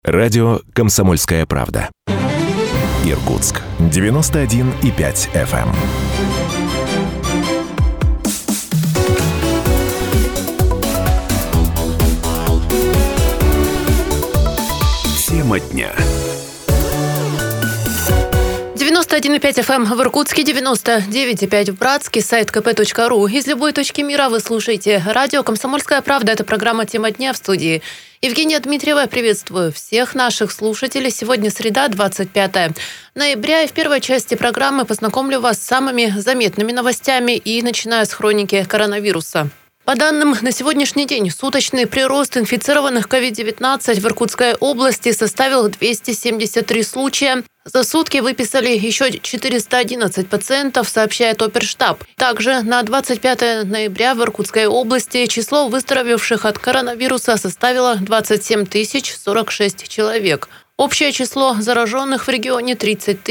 Радио «Комсомольская правда». Иркутск. 91,5 FM. Тема дня. 91,5 FM в Иркутске, 99,5 в Братске, сайт kp.ru. Из любой точки мира вы слушаете радио «Комсомольская правда». Это программа «Тема дня», в студии Евгения Дмитриева. Приветствую всех наших слушателей. Сегодня среда, 25 ноября. И в первой части программы познакомлю вас с самыми заметными новостями. И начиная с хроники коронавируса. По данным на сегодняшний день, суточный прирост инфицированных COVID-19 в Иркутской области составил 273 случая. За сутки выписали еще 411 пациентов, сообщает Оперштаб. Также на 25 ноября в Иркутской области число выздоровевших от коронавируса составило 27 046 человек. Общее число зараженных в регионе 30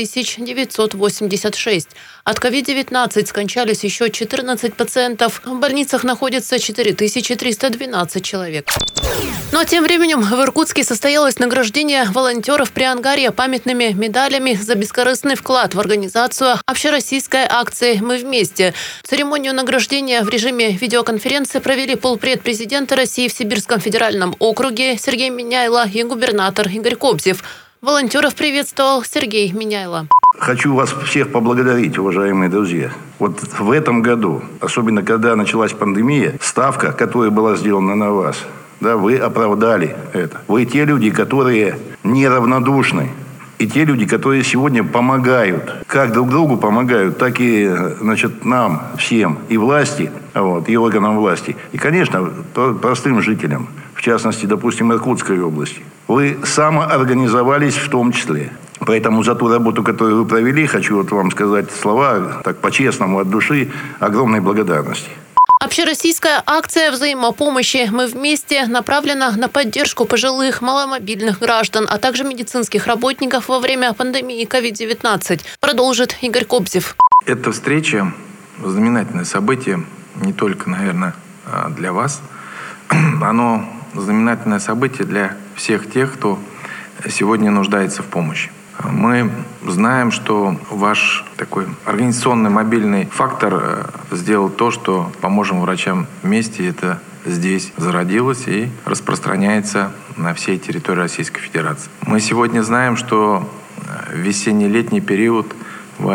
986. От COVID-19 скончались еще 14 пациентов. В больницах находится 4312 человек. Но тем временем в Иркутске состоялось награждение волонтеров при Ангаре памятными медалями за бескорыстный вклад в организацию общероссийской акции «Мы вместе». Церемонию награждения в режиме видеоконференции провели полпред президента России в Сибирском федеральном округе Сергей Миняйло и губернатор Игорь Кобзев. Волонтеров приветствовал Сергей Миняйло. Хочу вас всех поблагодарить, уважаемые друзья. Вот в этом году, особенно когда началась пандемия, ставка, которая была сделана на вас, да, вы оправдали это. Вы те люди, которые неравнодушны. И те люди, которые сегодня помогают, как друг другу помогают, так и, нам всем, и власти, и органам власти, и, конечно, простым жителям, в частности, допустим, Иркутской области. Вы самоорганизовались в том числе. Поэтому за ту работу, которую вы провели, хочу вам сказать слова, так по-честному, от души, огромной благодарности. Общероссийская акция взаимопомощи «Мы вместе» направлена на поддержку пожилых, маломобильных граждан, а также медицинских работников во время пандемии COVID-19, продолжит Игорь Кобзев. Эта встреча – знаменательное событие не только, наверное, для вас. Оно знаменательное событие для всех тех, кто сегодня нуждается в помощи. Мы знаем, что ваш такой организационный мобильный фактор сделал то, что «Поможем врачам вместе» это здесь зародилось и распространяется на всей территории Российской Федерации. Мы сегодня знаем, что в весенне-летний период вы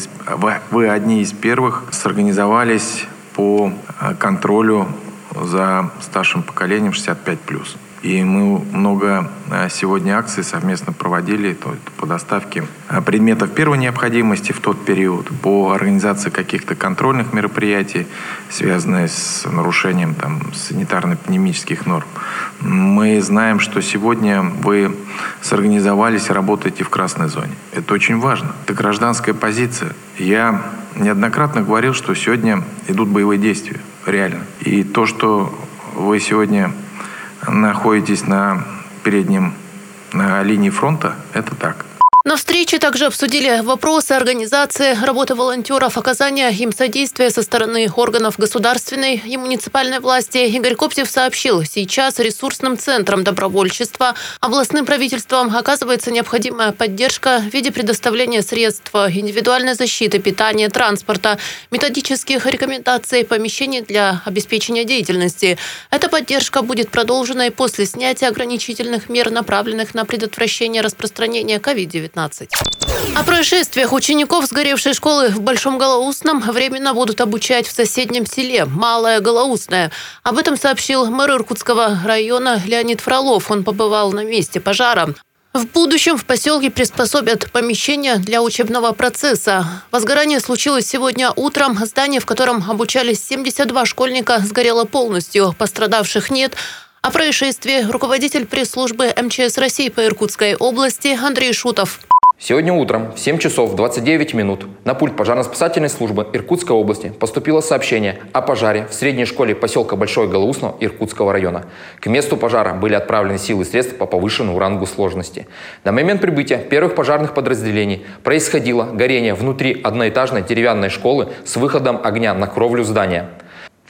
одни из первых сорганизовались по контролю за старшим поколением 65+. И мы много сегодня акций совместно проводили по доставке предметов первой необходимости в тот период, по организации каких-то контрольных мероприятий, связанных с нарушением санитарно-эпидемических норм. Мы знаем, что сегодня вы сорганизовались и работаете в красной зоне. Это очень важно. Это гражданская позиция. Я неоднократно говорил, что сегодня идут боевые действия. Реально. И то, что вы сегодня находитесь на линии фронта, это так. На встрече также обсудили вопросы организации работы волонтеров, оказания им содействия со стороны органов государственной и муниципальной власти. Игорь Кобзев сообщил, сейчас ресурсным центром добровольчества областным правительством оказывается необходимая поддержка в виде предоставления средств индивидуальной защиты, питания, транспорта, методических рекомендаций, помещений для обеспечения деятельности. Эта поддержка будет продолжена и после снятия ограничительных мер, направленных на предотвращение распространения COVID-19. О происшествиях учеников сгоревшей школы в Большом Голоусном временно будут обучать в соседнем селе Малое Голоусное. Об этом сообщил мэр Иркутского района Леонид Фролов. Он побывал на месте пожара. В будущем в поселке приспособят помещения для учебного процесса. Возгорание случилось сегодня утром. Здание, в котором обучались 72 школьника, сгорело полностью. Пострадавших нет. О происшествии руководитель пресс-службы МЧС России по Иркутской области Андрей Шутов. Сегодня утром в 7 часов 29 минут на пульт пожарно-спасательной службы Иркутской области поступило сообщение о пожаре в средней школе поселка Большое Голоусно Иркутского района. К месту пожара были отправлены силы и средства по повышенному рангу сложности. На момент прибытия первых пожарных подразделений происходило горение внутри одноэтажной деревянной школы с выходом огня на кровлю здания.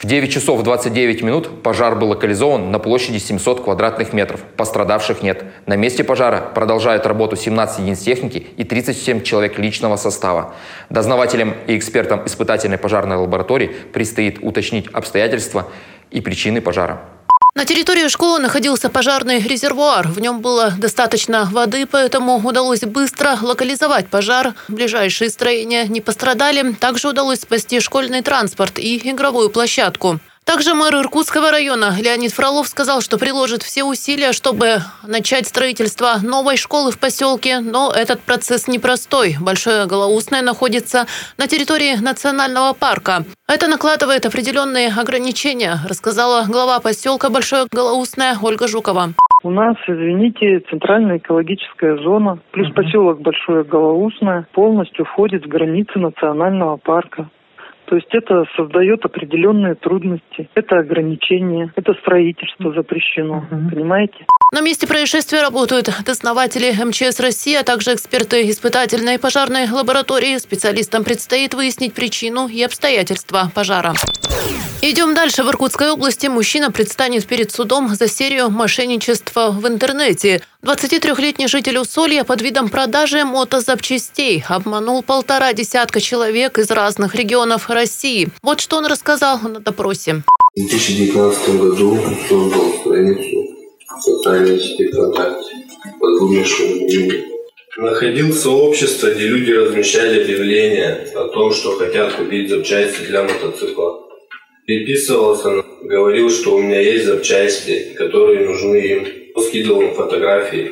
В 9 часов 29 минут пожар был локализован на площади 700 квадратных метров. Пострадавших нет. На месте пожара продолжают работу 17 единиц техники и 37 человек личного состава. Дознавателям и экспертам испытательной пожарной лаборатории предстоит уточнить обстоятельства и причины пожара. На территории школы находился пожарный резервуар. В нем было достаточно воды, поэтому удалось быстро локализовать пожар. Ближайшие строения не пострадали. Также удалось спасти школьный транспорт и игровую площадку. Также мэр Иркутского района Леонид Фролов сказал, что приложит все усилия, чтобы начать строительство новой школы в поселке. Но этот процесс непростой. Большое Голоусное находится на территории национального парка. Это накладывает определенные ограничения, рассказала глава поселка Большое Голоусное Ольга Жукова. У нас, извините, центральная экологическая зона, плюс поселок Большое Голоусное полностью входит в границы национального парка. То есть это создает определенные трудности, это ограничения, это строительство запрещено, понимаете? На месте происшествия работают дознаватели МЧС России, а также эксперты испытательной пожарной лаборатории. Специалистам предстоит выяснить причину и обстоятельства пожара. Идем дальше. В Иркутской области мужчина предстанет перед судом за серию мошенничества в интернете. 23-летний житель Усолья под видом продажи мотозапчастей обманул 1,5 десятка человек из разных регионов России. Вот что он рассказал на допросе. В 2019 году создал страницу в социальной сети ВКонтакте под вымышленным именем. Находил сообщество, где люди размещали объявления о том, что хотят купить запчасти для мотоцикла. Переписывался, говорил, что у меня есть запчасти, которые нужны им. Скидывал фотографии.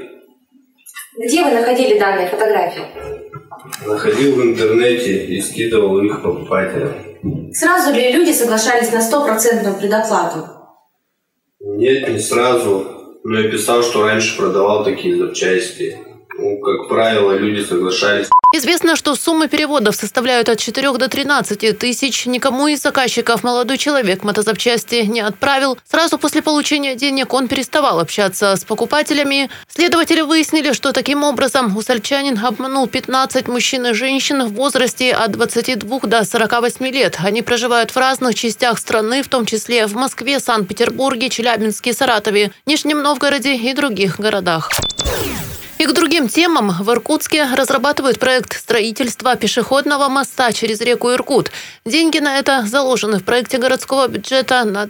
Где вы находили данные фотографии? Находил в интернете и скидывал их покупателям. Сразу ли люди соглашались на 100% предоплату? Нет, не сразу. Но я писал, что раньше продавал такие запчасти. Как правило, люди соглашались. Известно, что суммы переводов составляют от 4 до 13 тысяч. Никому из заказчиков молодой человек мотозапчасти не отправил. Сразу после получения денег он переставал общаться с покупателями. Следователи выяснили, что таким образом усольчанин обманул 15 мужчин и женщин в возрасте от 22 до 48 лет. Они проживают в разных частях страны, в том числе в Москве, Санкт-Петербурге, Челябинске, Саратове, Нижнем Новгороде и других городах. И к другим темам. В Иркутске разрабатывают проект строительства пешеходного моста через реку Иркут. Деньги на это заложены в проекте городского бюджета на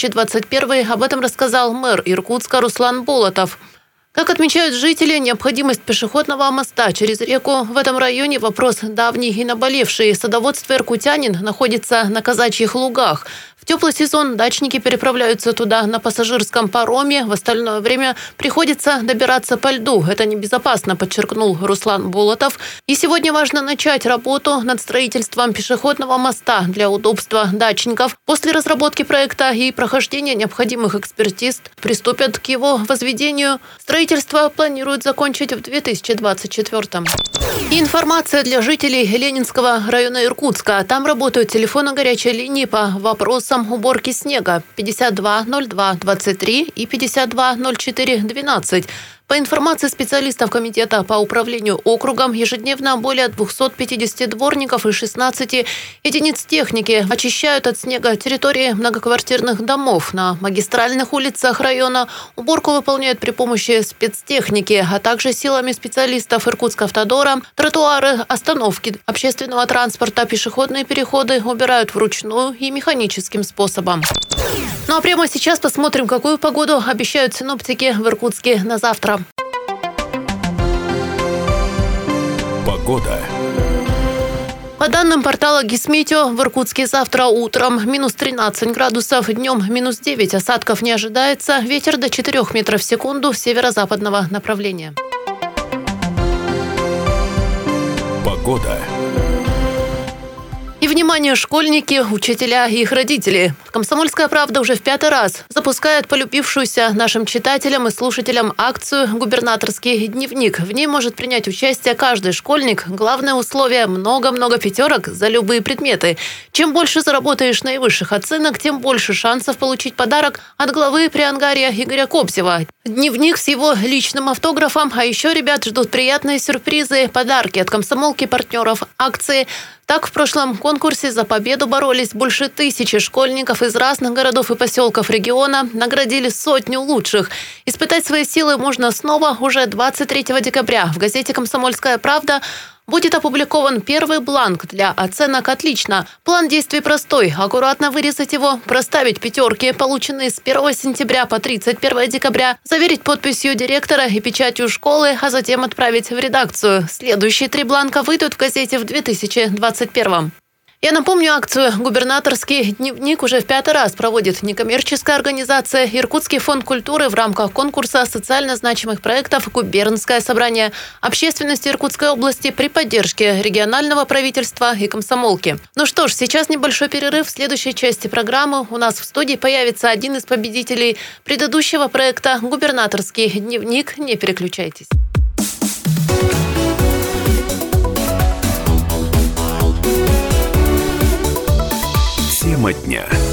2021. Об этом рассказал мэр Иркутска Руслан Болотов. Как отмечают жители, необходимость пешеходного моста через реку в этом районе – вопрос давний и наболевший. Садоводство иркутянин находится на Казачьих лугах. В теплый сезон дачники переправляются туда на пассажирском пароме. В остальное время приходится добираться по льду. Это небезопасно, подчеркнул Руслан Болотов. И сегодня важно начать работу над строительством пешеходного моста для удобства дачников. После разработки проекта и прохождения необходимых экспертиз приступят к его возведению. Строительство планируют закончить в 2024. И информация для жителей Ленинского района Иркутска. Там работают телефоны горячей линии по вопросам уборки снега 52 02 23 и 52 04 12. По информации специалистов Комитета по управлению округом, ежедневно более 250 дворников и 16 единиц техники очищают от снега территории многоквартирных домов. На магистральных улицах района уборку выполняют при помощи спецтехники, а также силами специалистов Иркутскавтодора. Тротуары, остановки общественного транспорта, пешеходные переходы убирают вручную и механическим способом. Ну а прямо сейчас посмотрим, какую погоду обещают синоптики в Иркутске на завтра. Погода. По данным портала Гисметео, в Иркутске завтра утром минус 13 градусов, днем минус 9, осадков не ожидается, ветер до 4 метров в секунду северо-западного направления. Погода. И, внимание, школьники, учителя и их родители. «Комсомольская правда» уже в 5-й раз запускает полюбившуюся нашим читателям и слушателям акцию «Губернаторский дневник». В ней может принять участие каждый школьник. Главное условие – много-много пятерок за любые предметы. Чем больше заработаешь наивысших оценок, тем больше шансов получить подарок от главы Приангария Игоря Кобзева. Дневник с его личным автографом, а еще ребят ждут приятные сюрпризы, подарки от комсомолки, партнеров акции. Так, в прошлом конкурсе за победу боролись больше 1000 школьников из разных городов и поселков региона, наградили сотню лучших. Испытать свои силы можно снова уже 23 декабря. В газете «Комсомольская правда» будет опубликован первый бланк для оценок «Отлично». План действий простой. Аккуратно вырезать его, проставить пятерки, полученные с 1 сентября по 31 декабря, заверить подписью директора и печатью школы, а затем отправить в редакцию. Следующие 3 бланка выйдут в газете в 2021. Я напомню, акцию «Губернаторский дневник» уже в 5-й раз проводит некоммерческая организация «Иркутский фонд культуры» в рамках конкурса социально значимых проектов «Губернское собрание общественности Иркутской области» при поддержке регионального правительства и комсомолки. Ну что ж, сейчас небольшой перерыв. В следующей части программы у нас в студии появится один из победителей предыдущего проекта «Губернаторский дневник». Не переключайтесь. Тема дня.